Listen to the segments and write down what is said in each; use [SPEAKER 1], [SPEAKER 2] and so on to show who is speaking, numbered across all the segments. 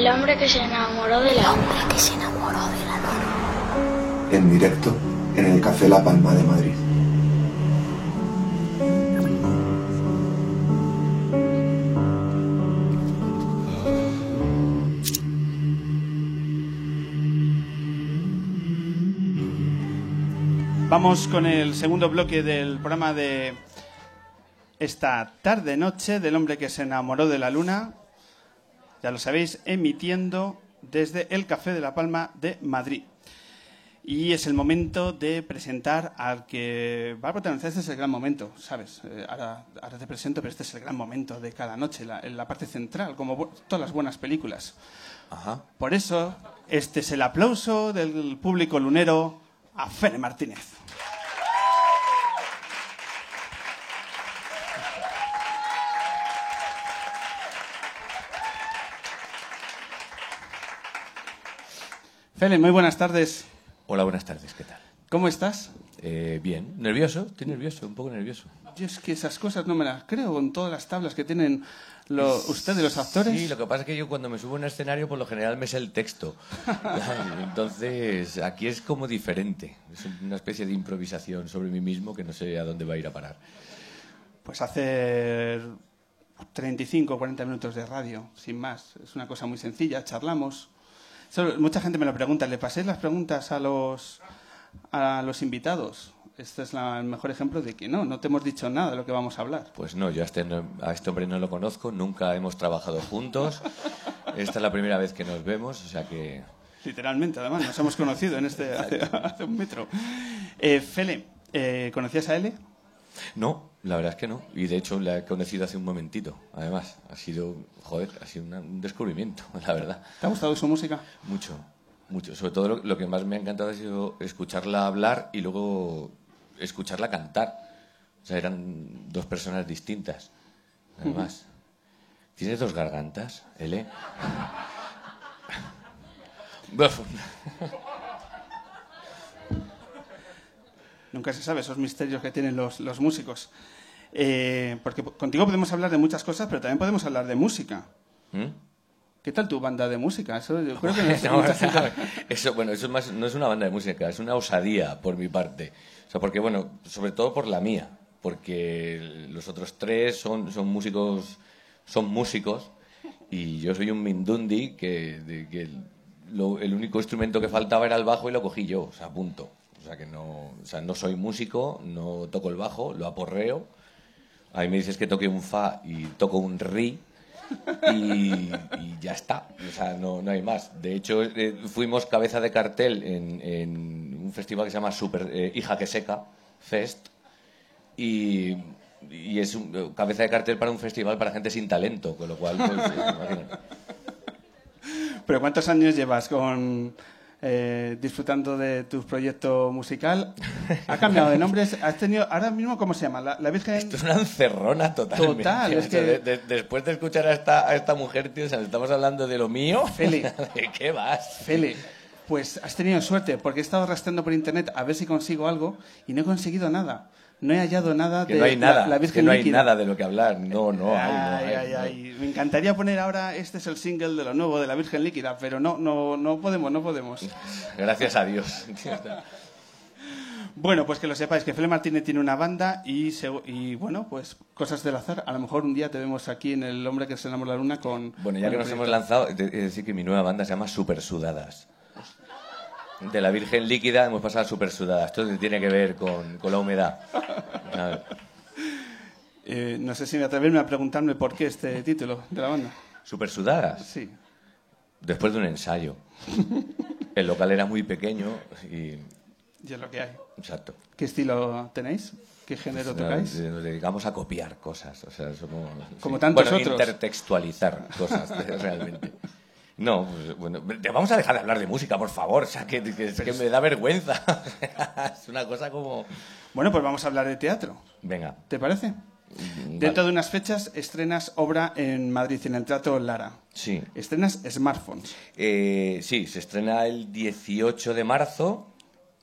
[SPEAKER 1] hombre que se enamoró de la luna.
[SPEAKER 2] En directo en el Café La Palma de Madrid.
[SPEAKER 3] Vamos con el segundo bloque del programa de esta tarde-noche del hombre que se enamoró de la luna. Ya lo sabéis, emitiendo desde el Café de La Palma de Madrid. Y es el momento de presentar al que va a protagonizar. Este es el gran momento, ¿sabes? Ahora te presento, pero este es el gran momento de cada noche, la parte central, como todas las buenas películas.
[SPEAKER 4] Ajá.
[SPEAKER 3] Por eso, este es el aplauso del público lunero a Fele Martínez. Fele, muy buenas tardes.
[SPEAKER 4] Hola, buenas tardes, ¿qué tal?
[SPEAKER 3] ¿Cómo estás?
[SPEAKER 4] Bien. ¿Nervioso? Estoy nervioso, un poco nervioso.
[SPEAKER 3] Yo es que esas cosas no me las creo con todas las tablas que tienen ustedes, los actores.
[SPEAKER 4] Sí, lo que pasa es que yo cuando me subo a un escenario, por lo general me sé el texto. Entonces, aquí es como diferente. Es una especie de improvisación sobre mí mismo que no sé a dónde va a ir a parar.
[SPEAKER 3] Pues hacer 35 o 40 minutos de radio, sin más. Es una cosa muy sencilla, charlamos. Mucha gente me lo pregunta. ¿Le pasé las preguntas a los invitados? Este es el mejor ejemplo de que no te hemos dicho nada de lo que vamos a hablar.
[SPEAKER 4] Pues no, yo a este hombre no lo conozco, nunca hemos trabajado juntos. Esta es la primera vez que nos vemos, o sea que...
[SPEAKER 3] Literalmente, además, nos hemos conocido en hace un metro. Fele, ¿conocías a L?
[SPEAKER 4] No, la verdad es que no. Y de hecho la he conocido hace un momentito. Además, ha sido un descubrimiento, la verdad.
[SPEAKER 3] ¿Te ha gustado su música?
[SPEAKER 4] Mucho, mucho. Sobre todo lo que más me ha encantado ha sido escucharla hablar y luego escucharla cantar. O sea, eran dos personas distintas. Además, ¿tienes dos gargantas, L?
[SPEAKER 3] Nunca se sabe esos misterios que tienen los músicos. Porque contigo podemos hablar de muchas cosas, pero también podemos hablar de música. ¿Qué tal tu banda de música? Eso yo creo que
[SPEAKER 4] eso no es una banda de música, es una osadía por mi parte. O sea, porque, bueno, sobre todo por la mía. Porque los otros tres son músicos y yo soy un mindundi que el único instrumento que faltaba era el bajo y lo cogí yo, o sea, punto. O sea, no soy músico, no toco el bajo, lo aporreo. A mí me dices que toque un fa y toco un ri y ya está. O sea, no hay más. De hecho, fuimos cabeza de cartel en un festival que se llama Hija que Seca Fest y es cabeza de cartel para un festival para gente sin talento, con lo cual, pues, imagínate.
[SPEAKER 3] ¿Pero cuántos años llevas disfrutando de tu proyecto musical? ¿Ha cambiado de nombres? ¿Has tenido ahora mismo cómo se llama? La Virgen.
[SPEAKER 4] Esto es una encerrona totalmente.
[SPEAKER 3] Total, es que
[SPEAKER 4] después de escuchar a esta mujer, tío, o sea, estamos hablando de lo mío.
[SPEAKER 3] Fele,
[SPEAKER 4] ¿De qué vas?
[SPEAKER 3] Fele, pues has tenido suerte porque he estado rastreando por internet a ver si consigo algo y no he conseguido nada. No he hallado nada
[SPEAKER 4] que no hay nada,
[SPEAKER 3] la Virgen
[SPEAKER 4] que no hay
[SPEAKER 3] líquida.
[SPEAKER 4] Nada de lo que hablar. No
[SPEAKER 3] hay. Me encantaría poner ahora, este es el single de lo nuevo de la Virgen líquida, pero no podemos.
[SPEAKER 4] Gracias a Dios.
[SPEAKER 3] Bueno, pues que lo sepáis, que Fele Martínez tiene una banda y bueno, pues cosas del azar. A lo mejor un día te vemos aquí en El hombre que se enamoró de la luna con...
[SPEAKER 4] Bueno, ya que nos hemos lanzado, es decir que mi nueva banda se llama Super Sudadas. De la Virgen líquida hemos pasado a Super Sudadas. Esto tiene que ver con la humedad. A ver.
[SPEAKER 3] No sé si me atreverme a preguntarme por qué este título de la banda.
[SPEAKER 4] ¿Super Sudadas?
[SPEAKER 3] Sí.
[SPEAKER 4] Después de un ensayo. El local era muy pequeño y
[SPEAKER 3] es lo que hay.
[SPEAKER 4] Exacto.
[SPEAKER 3] ¿Qué estilo tenéis? ¿Qué género tocáis?
[SPEAKER 4] Nos dedicamos a copiar cosas. O sea, somos...
[SPEAKER 3] Como tantos otros.
[SPEAKER 4] Intertextualizar cosas, realmente. No, pues, bueno, vamos a dejar de hablar de música, por favor. O sea, que me da vergüenza. Es una cosa como...
[SPEAKER 3] Bueno, pues vamos a hablar de teatro.
[SPEAKER 4] Venga.
[SPEAKER 3] ¿Te parece? Vale. Dentro de unas fechas estrenas obra en Madrid, en el Teatro Lara.
[SPEAKER 4] Sí.
[SPEAKER 3] ¿Estrenas Smartphones?
[SPEAKER 4] Sí, se estrena el 18 de marzo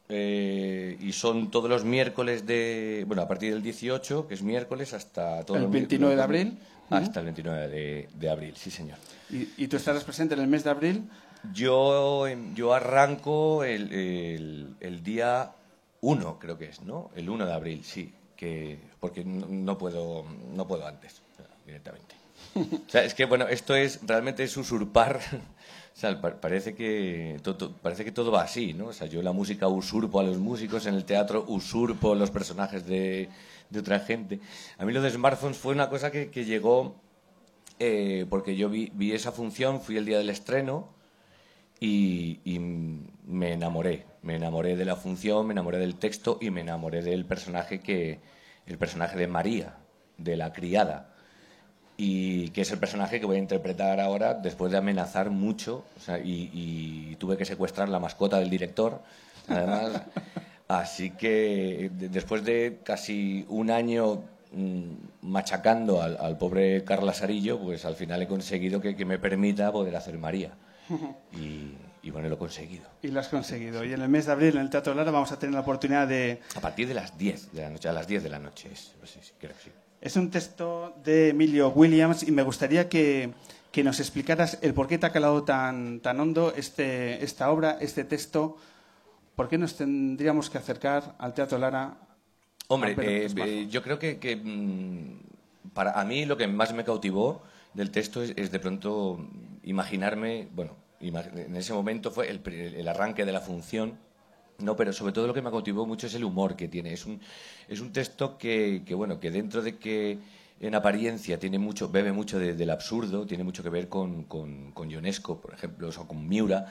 [SPEAKER 4] y son todos los miércoles bueno, a partir del 18, que es miércoles, hasta todo
[SPEAKER 3] ¿El 29 de abril?
[SPEAKER 4] Hasta el 29 de abril, sí, señor.
[SPEAKER 3] ¿Y tú estarás presente en el mes de abril?
[SPEAKER 4] Yo arranco el día 1, creo que es, ¿no? El 1 de abril, sí, porque no puedo antes, directamente. O sea, es que, bueno, realmente es usurpar. O sea, parece que todo va así, ¿no? O sea, yo la música usurpo a los músicos, en el teatro usurpo los personajes de otra gente. A mí lo de Smartphones fue una cosa que llegó porque yo vi esa función, fui el día del estreno y me enamoré de la función, me enamoré del texto y me enamoré del personaje el personaje de María, de la criada. Y que es el personaje que voy a interpretar ahora después de amenazar mucho, o sea, y tuve que secuestrar la mascota del director, además. Así que después de casi un año machacando al pobre Carlas Arillo, pues al final he conseguido que me permita poder hacer María. Y bueno, lo he conseguido.
[SPEAKER 3] Y lo has conseguido. Y en el mes de abril en el Teatro Lara vamos a tener la oportunidad de...
[SPEAKER 4] A partir de las 10 de la noche, a las 10 de la noche, sí, creo que sí.
[SPEAKER 3] Es un texto de Emilio Williams y me gustaría que nos explicaras el por qué te ha calado tan hondo esta obra, este texto. ¿Por qué nos tendríamos que acercar al Teatro Lara?
[SPEAKER 4] Hombre, yo creo que para mí lo que más me cautivó del texto es de pronto imaginarme, bueno, en ese momento fue el arranque de la función. No, pero sobre todo lo que me cautivó mucho es el humor que tiene. Es un texto que dentro de que en apariencia bebe mucho del absurdo, tiene mucho que ver con Ionesco, por ejemplo, o con Miura.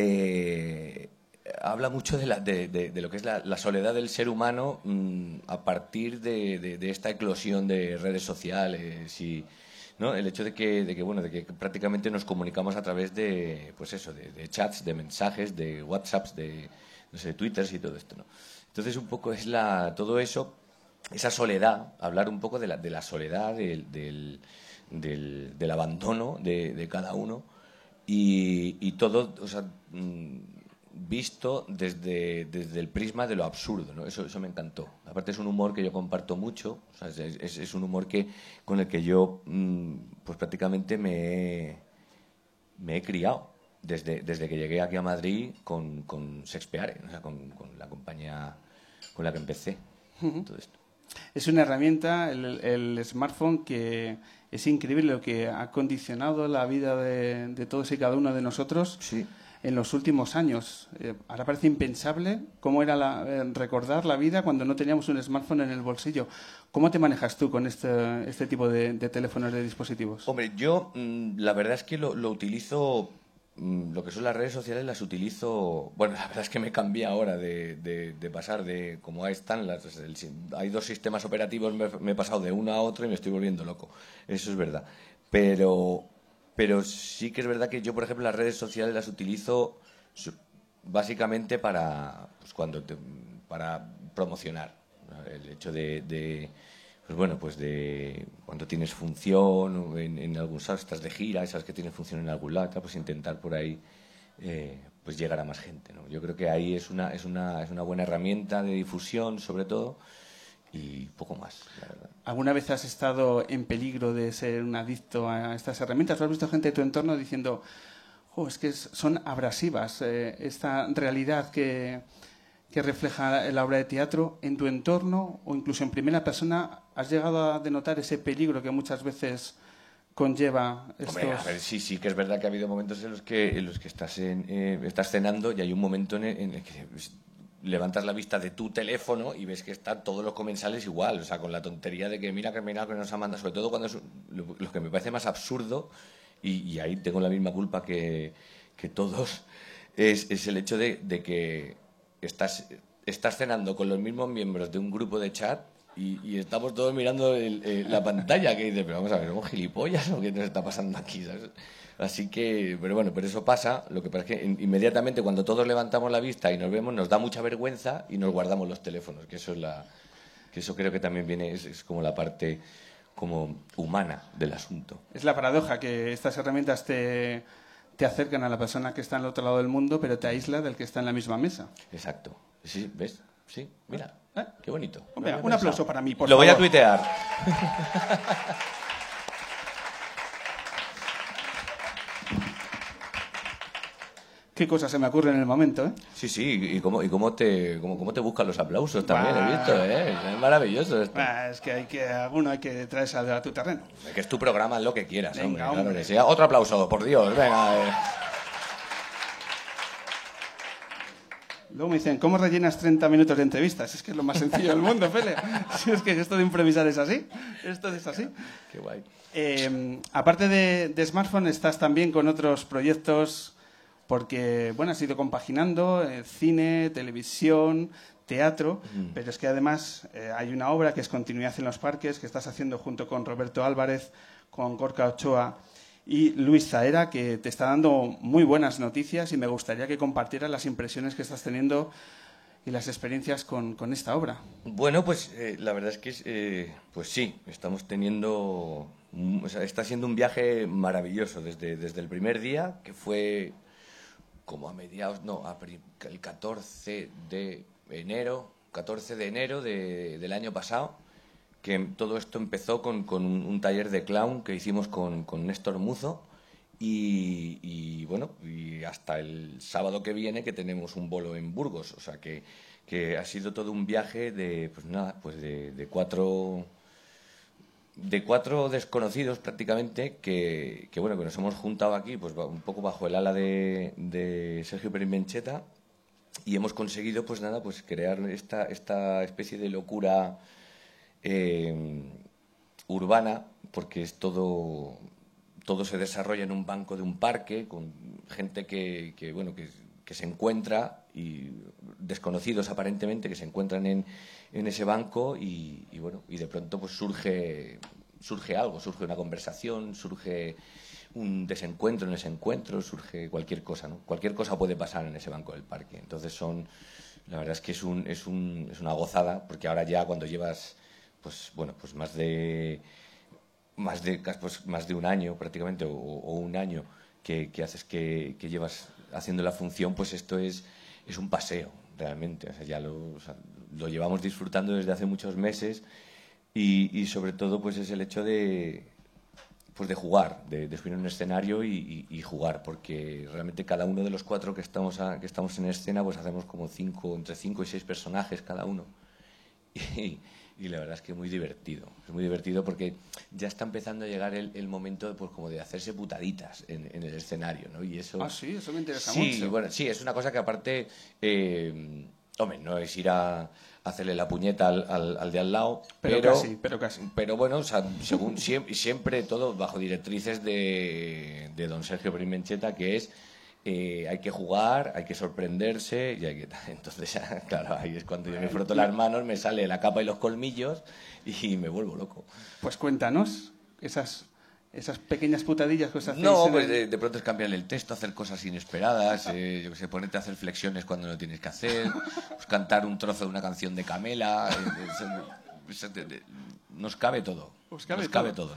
[SPEAKER 4] Habla mucho de lo que es la soledad del ser humano a partir de esta eclosión de redes sociales y, ¿no? El hecho de que prácticamente nos comunicamos a través de chats, de mensajes, de WhatsApps, de Twitters y todo esto, ¿no? Entonces un poco es todo eso, esa soledad, hablar un poco de la soledad, del abandono de cada uno y todo, o sea, visto desde el prisma de lo absurdo, ¿no? Eso me encantó. Aparte es un humor que yo comparto mucho, o sea, es un humor con el que yo pues prácticamente me he criado. Desde que llegué aquí a Madrid con Shakespeare, o sea, con la compañía con la que empecé todo esto.
[SPEAKER 3] Es una herramienta, el smartphone, que es increíble lo que ha condicionado la vida de todos y cada uno de nosotros.
[SPEAKER 4] Sí.
[SPEAKER 3] En los últimos años. Ahora parece impensable cómo era recordar la vida cuando no teníamos un smartphone en el bolsillo. ¿Cómo te manejas tú con este tipo de teléfonos, de dispositivos?
[SPEAKER 4] Hombre, yo la verdad es que lo utilizo, lo que son las redes sociales las utilizo. Bueno, la verdad es que me cambié ahora de pasar de como están hay dos sistemas operativos, me he pasado de uno a otro y me estoy volviendo loco. Eso es verdad. Pero sí que es verdad que yo, por ejemplo, las redes sociales las utilizo básicamente para promocionar, ¿no? El hecho de cuando tienes función en algún sitio, estás de gira, sabes que tienes función en algún lado, pues intentar por ahí pues llegar a más gente, ¿no? Yo creo que ahí es una buena herramienta de difusión, sobre todo. Y poco más, la verdad.
[SPEAKER 3] ¿Alguna vez has estado en peligro de ser un adicto a estas herramientas? ¿O has visto gente de tu entorno diciendo, es que son abrasivas esta realidad que refleja la obra de teatro? ¿En tu entorno o incluso en primera persona has llegado a denotar ese peligro que muchas veces conlleva estos...?
[SPEAKER 4] Hombre, a ver, sí que es verdad que ha habido momentos en los que estás cenando y hay un momento en el que levantas la vista de tu teléfono y ves que están todos los comensales igual, o sea, con la tontería de que mira que nos ha mandado, sobre todo cuando es lo que me parece más absurdo, y ahí tengo la misma culpa que todos, es el hecho de que estás cenando con los mismos miembros de un grupo de chat y estamos todos mirando la pantalla, que dices, pero vamos a ver, ¿somos gilipollas o qué nos está pasando aquí? ¿Sabes? Así que, pero eso pasa. Lo que pasa es que inmediatamente cuando todos levantamos la vista y nos vemos, nos da mucha vergüenza y nos guardamos los teléfonos, que eso creo que también viene, es como la parte como humana del asunto.
[SPEAKER 3] Es la paradoja, que estas herramientas te acercan a la persona que está al otro lado del mundo, pero te aísla del que está en la misma mesa.
[SPEAKER 4] Exacto. Sí, ¿ves? Sí, mira.
[SPEAKER 3] ¿Eh?
[SPEAKER 4] Qué bonito.
[SPEAKER 3] Hombre,
[SPEAKER 4] No lo
[SPEAKER 3] un
[SPEAKER 4] había
[SPEAKER 3] aplauso
[SPEAKER 4] pensado.
[SPEAKER 3] para mí, por
[SPEAKER 4] Lo voy a
[SPEAKER 3] favor.
[SPEAKER 4] tuitear.
[SPEAKER 3] Qué cosas se me ocurren en el momento, ¿eh?
[SPEAKER 4] Sí, sí, y cómo te buscan los aplausos también,
[SPEAKER 3] Bah.
[SPEAKER 4] he visto, ¿eh? Es maravilloso esto.
[SPEAKER 3] Es que alguno hay que traerse a tu terreno.
[SPEAKER 4] Que es tu programa, haz lo que quieras,
[SPEAKER 3] Venga,
[SPEAKER 4] hombre. Claro
[SPEAKER 3] hombre.
[SPEAKER 4] que sí. Otro aplauso, por Dios, venga.
[SPEAKER 3] Luego me dicen, ¿cómo rellenas 30 minutos de entrevistas? Es que es lo más sencillo del mundo, Fele. Si es que esto de improvisar es así. Esto es así.
[SPEAKER 4] Qué guay.
[SPEAKER 3] Aparte de Smartphone, estás también con otros proyectos, porque, bueno, has ido compaginando cine, televisión, teatro, pero es que además hay una obra que es Continuidad en los Parques, que estás haciendo junto con Roberto Álvarez, con Gorka Ochoa y Luis Zaera, que te está dando muy buenas noticias y me gustaría que compartieras las impresiones que estás teniendo y las experiencias con esta obra.
[SPEAKER 4] Bueno, pues la verdad es que pues sí, estamos teniendo, o sea, está siendo un viaje maravilloso desde el primer día, que fue como a mediados, no, el 14 de enero del año pasado, que todo esto empezó con un taller de clown que hicimos con Néstor Muzo y bueno, y hasta el sábado que viene que tenemos un bolo en Burgos, o sea que ha sido todo un viaje de cuatro desconocidos prácticamente que bueno, que nos hemos juntado aquí pues un poco bajo el ala de Sergio Perín Mencheta y hemos conseguido pues nada, pues crear esta especie de locura urbana, porque es todo se desarrolla en un banco de un parque con gente que se encuentra y desconocidos aparentemente que se encuentran en ese banco y bueno, y de pronto pues surge algo, surge una conversación, surge un desencuentro en ese encuentro, surge cualquier cosa, ¿no? Cualquier cosa puede pasar en ese banco del parque. Entonces la verdad es que es una gozada, porque ahora ya cuando llevas pues bueno, pues más de un año prácticamente o un año que que llevas haciendo la función, pues esto es un paseo realmente, o sea, lo llevamos disfrutando desde hace muchos meses y sobre todo pues es el hecho de jugar, de subir a un escenario y jugar, porque realmente cada uno de los cuatro que estamos en escena pues hacemos como entre 5 y 6 personajes cada uno y la verdad es que es muy divertido porque ya está empezando a llegar el momento pues como de hacerse putaditas en el escenario, ¿no? Y eso
[SPEAKER 3] Sí, eso me interesa
[SPEAKER 4] sí,
[SPEAKER 3] mucho.
[SPEAKER 4] bueno, sí, es una cosa que aparte hombre, no es ir a hacerle la puñeta al de al lado,
[SPEAKER 3] pero casi.
[SPEAKER 4] pero bueno, o sea, según siempre todo bajo directrices de don Sergio Perín Mencheta, que es hay que jugar, hay que sorprenderse y hay que... Entonces, claro, ahí es cuando yo me froto las manos, me sale la capa y los colmillos y me vuelvo loco.
[SPEAKER 3] Pues cuéntanos esas pequeñas putadillas que os hacéis.
[SPEAKER 4] No, pues de pronto es cambiarle el texto, hacer cosas inesperadas, yo que sé, ponerte a hacer flexiones cuando no tienes que hacer, pues cantar un trozo de una canción de Camela, nos cabe todo. Nos cabe todo.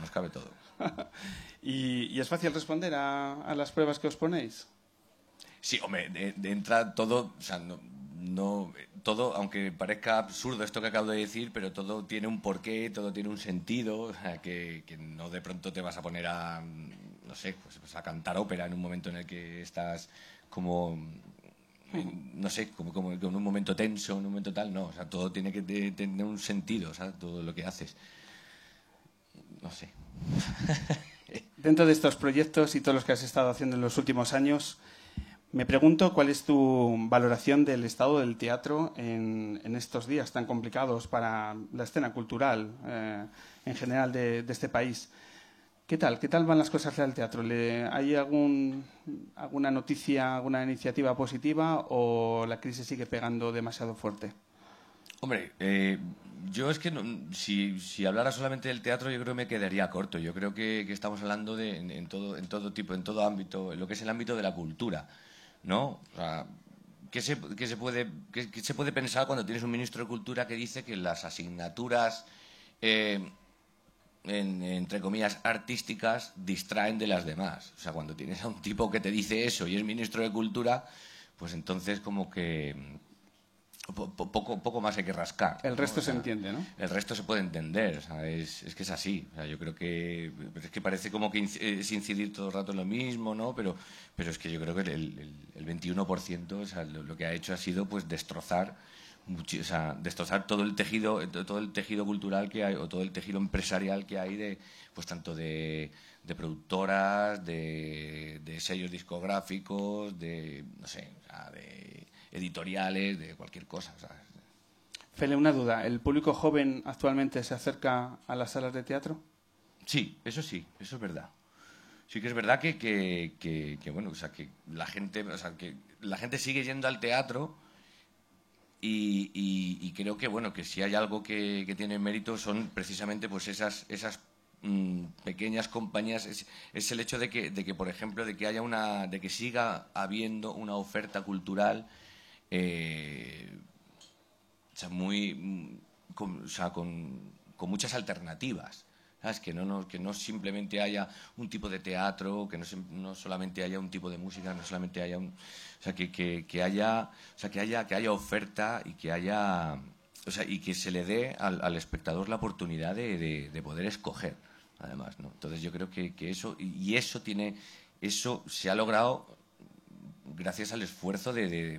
[SPEAKER 3] ¿Y es fácil responder a las pruebas que os ponéis?
[SPEAKER 4] Sí, hombre, de entrada todo, o sea, no todo, aunque parezca absurdo esto que acabo de decir, pero todo tiene un porqué, todo tiene un sentido, o sea, que no de pronto te vas a poner a, no sé, pues a cantar ópera en un momento en el que estás como, no sé, como en un momento tenso, en un momento tal, no, o sea, todo tiene que tener un sentido, o sea, todo lo que haces. No sé.
[SPEAKER 3] Dentro de estos proyectos y todos los que has estado haciendo en los últimos años, me pregunto cuál es tu valoración del estado del teatro en estos días tan complicados para la escena cultural en general de este país. ¿Qué tal van las cosas del teatro? ¿Hay alguna noticia, alguna iniciativa positiva o la crisis sigue pegando demasiado fuerte?
[SPEAKER 4] Hombre, yo es que si hablara solamente del teatro yo creo que me quedaría corto. Yo creo que estamos hablando en todo tipo, en todo ámbito, en lo que es el ámbito de la cultura, ¿no? O sea, ¿qué se puede pensar cuando tienes un ministro de Cultura que dice que las asignaturas, entre comillas, artísticas distraen de las demás? O sea, cuando tienes a un tipo que te dice eso y es ministro de Cultura, pues entonces como que poco más hay que rascar.
[SPEAKER 3] El resto
[SPEAKER 4] ¿no? O sea,
[SPEAKER 3] se entiende, ¿no?
[SPEAKER 4] El resto se puede entender, o sea, es que es así. O sea, yo creo que es que parece como que es incidir todo el rato en lo mismo, ¿no? Pero es que yo creo que el 21%, o sea, lo que ha hecho ha sido pues destrozar o sea, destrozar todo el tejido cultural que hay, o todo el tejido empresarial que hay de pues tanto de productoras, de sellos discográficos, de no sé, o sea, de editoriales, de cualquier cosa, o sea.
[SPEAKER 3] Fele, una duda. ¿El público joven actualmente se acerca a las salas de teatro?
[SPEAKER 4] Sí, eso es verdad. Sí que es verdad que bueno, o sea, que la gente sigue yendo al teatro y creo que bueno, que si hay algo que tiene mérito son precisamente pues esas pequeñas compañías, es el hecho de que por ejemplo de que siga habiendo una oferta cultural o sea, con muchas alternativas. ¿Sabes? Que no simplemente haya un tipo de teatro, que no solamente haya un tipo de música, no solamente haya o sea, que haya oferta y que haya, o sea, y que se le dé al espectador la oportunidad de poder escoger, además, ¿no? Entonces yo creo que eso eso se ha logrado gracias al esfuerzo de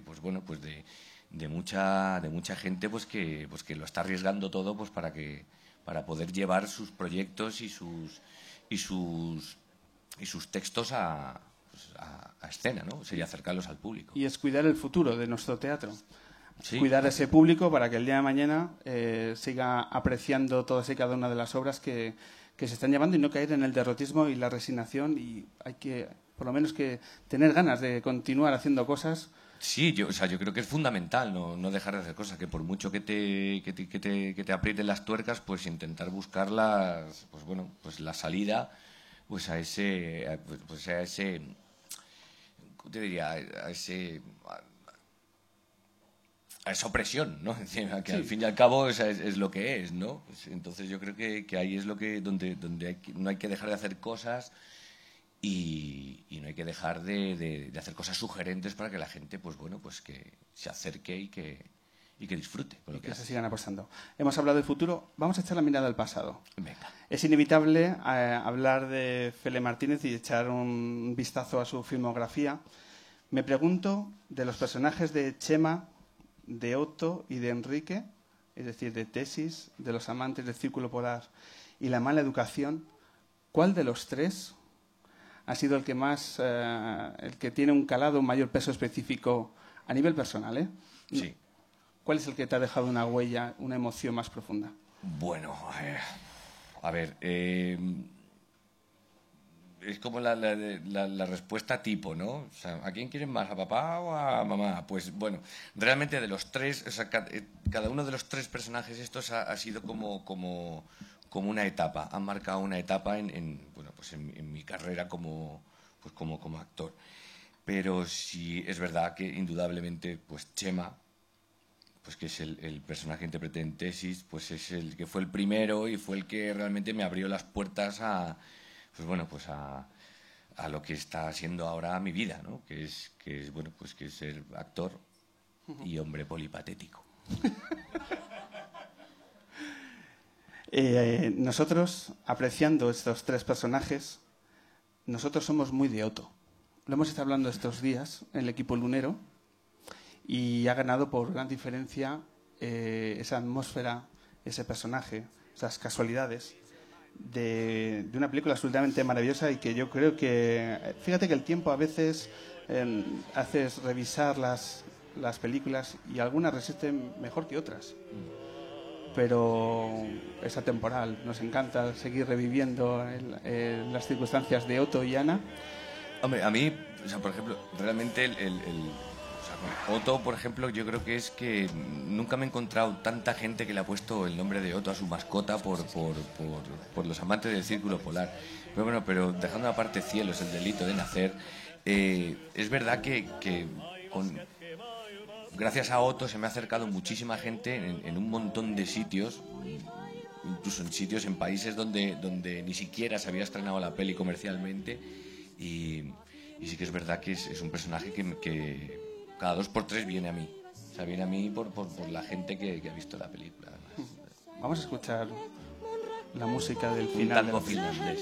[SPEAKER 4] mucha gente pues que lo está arriesgando todo pues para poder llevar sus proyectos y sus textos a escena, ¿no? Sería acercarlos al público.
[SPEAKER 3] Y es cuidar el futuro de nuestro teatro.
[SPEAKER 4] Sí.
[SPEAKER 3] Cuidar a ese público para que el día de mañana siga apreciando todas y cada una de las obras que se están llevando y no caer en el derrotismo y la resignación, y hay que, por lo menos, que tener ganas de continuar haciendo cosas.
[SPEAKER 4] Sí, yo creo que es fundamental no dejar de hacer cosas, que por mucho que te aprieten las tuercas, pues intentar buscar pues la salida pues a ese ¿cómo te diría? a esa opresión, ¿no? Que al fin y al cabo es lo que es, ¿no? Entonces yo creo que ahí es donde no hay que dejar de hacer cosas y no hay que dejar de hacer cosas sugerentes para que la gente pues que se acerque y que disfrute con lo que
[SPEAKER 3] se
[SPEAKER 4] hace.
[SPEAKER 3] sigan apostando. Hemos hablado del futuro, vamos a echar la mirada al pasado.
[SPEAKER 4] Venga.
[SPEAKER 3] Es inevitable hablar de Fele Martínez y echar un vistazo a su filmografía. Me pregunto, de los personajes de Chema, de Otto y de Enrique, es decir, de Tesis, de los amantes del Círculo Polar y la mala educación, ¿cuál de los tres ha sido el que más, el que tiene un calado, un mayor peso específico a nivel personal,
[SPEAKER 4] Sí.
[SPEAKER 3] ¿Cuál es el que te ha dejado una huella, una emoción más profunda?
[SPEAKER 4] Bueno, a ver, es como la respuesta tipo, ¿no? O sea, ¿a quién quieren más, a papá o a mamá? Pues bueno, realmente de los tres, o sea, cada uno de los tres personajes estos ha sido como una etapa, han marcado una etapa en mi carrera como actor. Pero sí es verdad que indudablemente pues Chema, pues que es el personaje que interpreté en Tesis, pues es el que fue el primero y fue el que realmente me abrió las puertas a lo que está siendo ahora mi vida, ¿no? Que es ser actor y hombre polipatético.
[SPEAKER 3] Nosotros, apreciando estos tres personajes, nosotros somos muy de Otto. Lo hemos estado hablando estos días en el equipo lunero y ha ganado por gran diferencia esa atmósfera, ese personaje, esas casualidades de una película absolutamente maravillosa, y que yo creo que, fíjate que el tiempo a veces haces revisar las películas y algunas resisten mejor que otras. Pero es atemporal. Nos encanta seguir reviviendo las circunstancias de Otto y Ana.
[SPEAKER 4] Hombre, a mí, o sea, por ejemplo, realmente Otto, por ejemplo, yo creo que es que nunca me he encontrado tanta gente que le ha puesto el nombre de Otto a su mascota por los amantes del Círculo Polar. Pero bueno, dejando aparte Cielos, el delito de nacer, es verdad que gracias a Otto se me ha acercado muchísima gente en un montón de sitios, incluso en sitios, en países donde ni siquiera se había estrenado la peli comercialmente, y sí que es verdad que es un personaje que cada 2 por 3 viene a mí. O sea, viene a mí por la gente que ha visto la película, además.
[SPEAKER 3] Vamos a escuchar la música del
[SPEAKER 4] Un
[SPEAKER 3] final.
[SPEAKER 4] tango finlandés.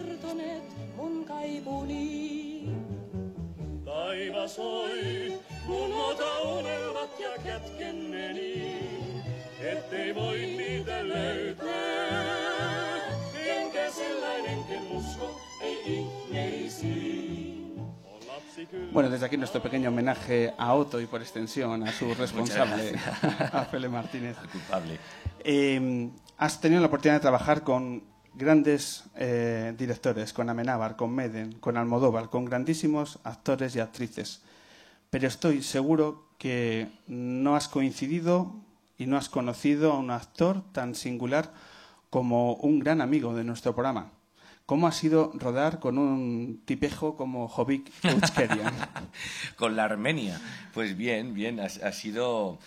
[SPEAKER 5] Taivas oi, mun ota unelmat ja kätkenneni, ettei voi niitä löytää. Enkä sellainenkin usko, ei ihmeisiin. On lapsi kyllä.
[SPEAKER 3] Bueno, desde aquí nuestro pequeño homenaje a Otto y por extensión a su responsable, a Fele Martínez.
[SPEAKER 4] El culpable.
[SPEAKER 3] Has tenido la oportunidad de trabajar con grandes directores, con Amenábar, con Meden, con Almodóvar, con grandísimos actores y actrices. Pero estoy seguro que no has coincidido y no has conocido a un actor tan singular como un gran amigo de nuestro programa. ¿Cómo ha sido rodar con un tipejo como Jovic Keuchkerian?
[SPEAKER 4] Con la Armenia. Pues bien, bien. Ha sido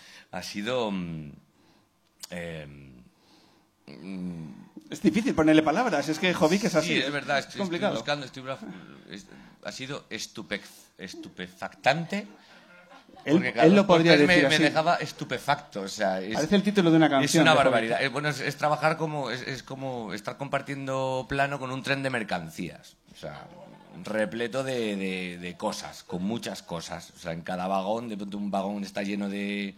[SPEAKER 3] Es difícil ponerle palabras, es que Jovic es así.
[SPEAKER 4] Sí, es verdad,
[SPEAKER 3] es complicado.
[SPEAKER 4] Ha sido estupefactante.
[SPEAKER 3] Él
[SPEAKER 4] Carlos
[SPEAKER 3] lo podría
[SPEAKER 4] Portes
[SPEAKER 3] decir
[SPEAKER 4] me
[SPEAKER 3] así.
[SPEAKER 4] dejaba estupefacto, o sea,
[SPEAKER 3] Parece el título de una canción.
[SPEAKER 4] es una
[SPEAKER 3] de Jovic.
[SPEAKER 4] barbaridad. Bueno, es trabajar es como estar compartiendo plano con un tren de mercancías, o sea, repleto de cosas, con muchas cosas. O sea, en cada vagón, de pronto un vagón está lleno de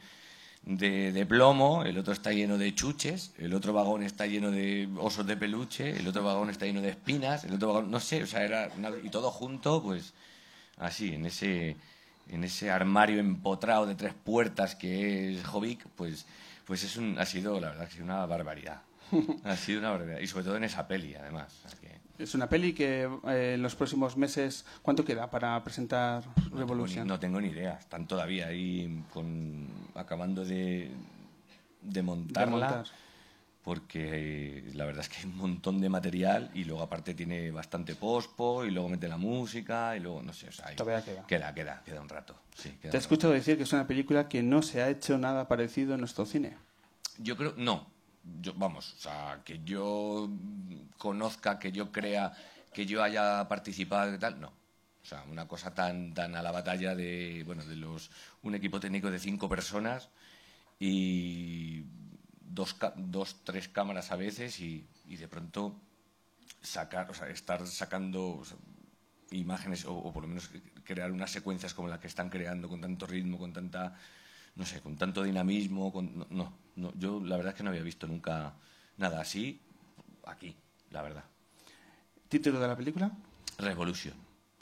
[SPEAKER 4] plomo, el otro está lleno de chuches, el otro vagón está lleno de osos de peluche, el otro vagón está lleno de espinas, el otro vagón, no sé, o sea, y todo junto, pues así, en ese armario empotrado de 3 puertas que es Jovic, pues ha sido, la verdad, que una barbaridad. Ha sido una barbaridad. Y sobre todo en esa peli, además. O sea que
[SPEAKER 3] Es una peli que en los próximos meses... ¿Cuánto queda para presentar Revolution?
[SPEAKER 4] no tengo ni idea. Están todavía ahí acabando de montarla.
[SPEAKER 3] De montar.
[SPEAKER 4] Porque la verdad es que hay un montón de material y luego aparte tiene bastante pospo y luego mete la música y luego, no sé, o sea,
[SPEAKER 3] Todavía queda.
[SPEAKER 4] Queda un rato. Sí, queda
[SPEAKER 3] Te
[SPEAKER 4] un
[SPEAKER 3] escucho decir que es una película que no se ha hecho nada parecido en nuestro cine.
[SPEAKER 4] Yo creo, no. Vamos, o sea, que yo conozca, que yo crea, que yo haya participado y tal, no. O sea, una cosa tan a la batalla de un equipo técnico de 5 personas y 3 cámaras a veces y de pronto estar sacando imágenes o por lo menos crear unas secuencias como las que están creando con tanto ritmo, con tanta, no sé, con tanto dinamismo, no, yo la verdad es que no había visto nunca nada así aquí, la verdad.
[SPEAKER 3] ¿Título de la película?
[SPEAKER 4] Revolution.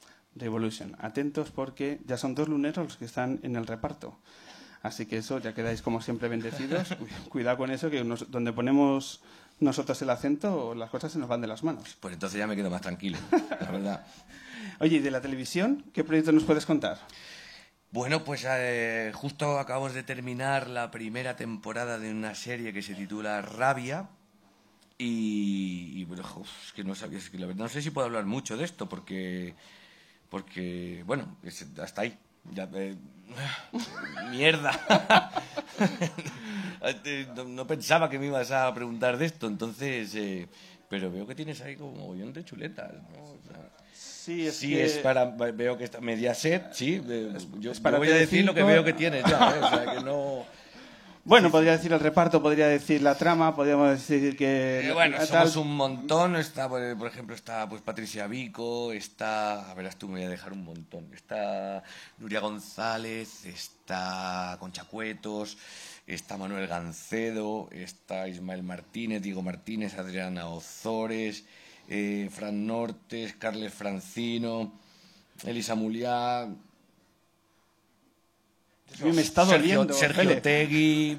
[SPEAKER 3] Atentos porque ya son 2 luneros los que están en el reparto. Así que eso, ya quedáis como siempre bendecidos. Cuidado con eso, que donde ponemos nosotros el acento, las cosas se nos van de las manos.
[SPEAKER 4] Pues entonces ya me quedo más tranquilo, la verdad.
[SPEAKER 3] Oye, ¿y de la televisión qué proyecto nos puedes contar?
[SPEAKER 4] Bueno, pues justo acabamos de terminar la primera temporada de una serie que se titula Rabia y bueno, es que no sabía, es que la verdad no sé si puedo hablar mucho de esto porque bueno, hasta ahí. Ya, mierda. No pensaba que me ibas a preguntar de esto, entonces pero veo que tienes ahí como mogollón de chuletas, ¿no? O sea,
[SPEAKER 3] Sí,
[SPEAKER 4] veo que está Mediaset, sí. Yo
[SPEAKER 3] para
[SPEAKER 4] voy a decir lo que
[SPEAKER 3] Telecinco.
[SPEAKER 4] veo que tienes ya, o sea que no.
[SPEAKER 3] Bueno, podría decir el reparto, podría decir la trama, podríamos decir que...
[SPEAKER 4] Bueno,
[SPEAKER 3] tal.
[SPEAKER 4] somos un montón. Está, por ejemplo, está pues Patricia Vico, está, a verás tú, me voy a dejar un montón. Está Nuria González, está Concha Cuetos, está Manuel Gancedo, está Ismael Martínez, Diego Martínez, Adriana Ozores, Fran Nortes, Carles Francino, Elisa Muliá...
[SPEAKER 3] Me está doliendo,
[SPEAKER 4] Sergio
[SPEAKER 3] Fele.
[SPEAKER 4] Tegui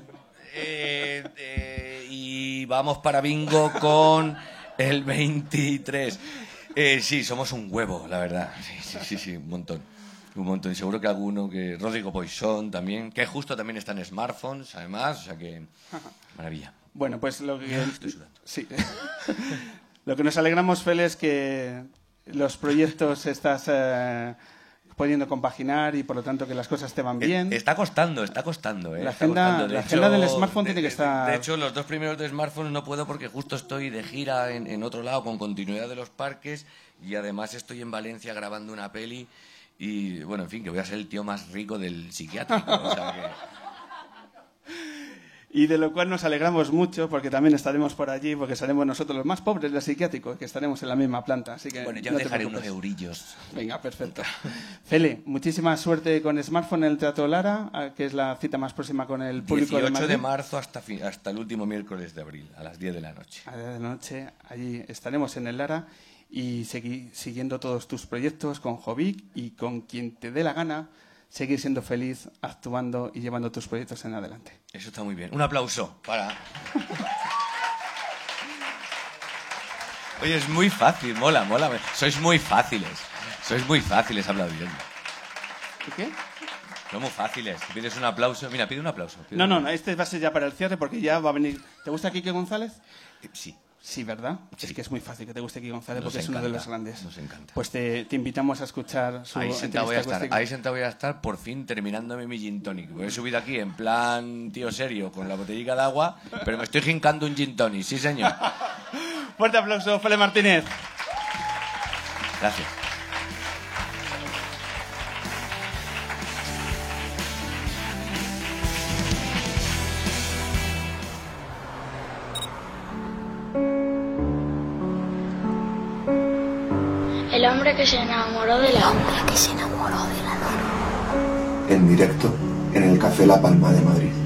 [SPEAKER 4] y vamos para bingo con el 23. Sí, somos un huevo, la verdad. Sí, un montón. Y seguro que alguno, que Rodrigo Poisson también, que justo también está en smartphones, además, o sea que maravilla.
[SPEAKER 3] Bueno, pues lo que...
[SPEAKER 4] Estoy sudando.
[SPEAKER 3] Sí. Lo que nos alegramos, Fele, es que los proyectos estás pudiendo compaginar y por lo tanto que las cosas te van bien.
[SPEAKER 4] Está costando, La
[SPEAKER 3] agenda del smartphone tiene que estar...
[SPEAKER 4] De hecho, los 2 primeros de smartphones no puedo porque justo estoy de gira en otro lado con continuidad de los parques y además estoy en Valencia grabando una peli y, bueno, en fin, que voy a ser el tío más rico del psiquiátrico. O sea
[SPEAKER 3] y de lo cual nos alegramos mucho porque también estaremos por allí, porque seremos nosotros los más pobres del psiquiátrico, que estaremos en la misma planta. Así que
[SPEAKER 4] Bueno, ya
[SPEAKER 3] no
[SPEAKER 4] os
[SPEAKER 3] te
[SPEAKER 4] dejaré
[SPEAKER 3] preocupes.
[SPEAKER 4] unos eurillos.
[SPEAKER 3] Venga, perfecto. Fele, muchísima suerte con Smartphone en el Teatro Lara, que es la cita más próxima con el público
[SPEAKER 4] 18
[SPEAKER 3] de Madrid.
[SPEAKER 4] de marzo hasta el último miércoles de abril, a las 10 de la noche.
[SPEAKER 3] A las 10 de la noche, allí estaremos en el Lara y siguiendo todos tus proyectos con Jovic y con quien te dé la gana, seguir siendo feliz, actuando y llevando tus proyectos en adelante.
[SPEAKER 4] Eso está muy bien. Un aplauso para... Oye, es muy fácil, mola. Sois muy fáciles aplaudiendo.
[SPEAKER 3] ¿Y qué?
[SPEAKER 4] Son muy fáciles. Si pides un aplauso... Mira, pide un aplauso.
[SPEAKER 3] No, este va a ser ya para el cierre porque ya va a venir... ¿Te gusta Quique González?
[SPEAKER 4] Sí.
[SPEAKER 3] Sí, ¿verdad?
[SPEAKER 4] Sí.
[SPEAKER 3] Es que es muy fácil que te guste Quique González
[SPEAKER 4] Nos
[SPEAKER 3] porque es uno de
[SPEAKER 4] encanta,
[SPEAKER 3] los grandes.
[SPEAKER 4] nos encanta.
[SPEAKER 3] Pues te invitamos a escuchar su
[SPEAKER 4] Ahí sentado voy a
[SPEAKER 3] entrevista
[SPEAKER 4] estar.
[SPEAKER 3] acústica.
[SPEAKER 4] Ahí sentado voy a estar por fin terminándome mi gin tonic. He subido aquí en plan tío serio con la botellica de agua, pero me estoy jincando un gin tonic. Sí, señor.
[SPEAKER 3] Fuerte aplauso, Fele Martínez.
[SPEAKER 4] Gracias.
[SPEAKER 1] El hombre que se enamoró de la luna.
[SPEAKER 2] En directo en el Café La Palma de Madrid.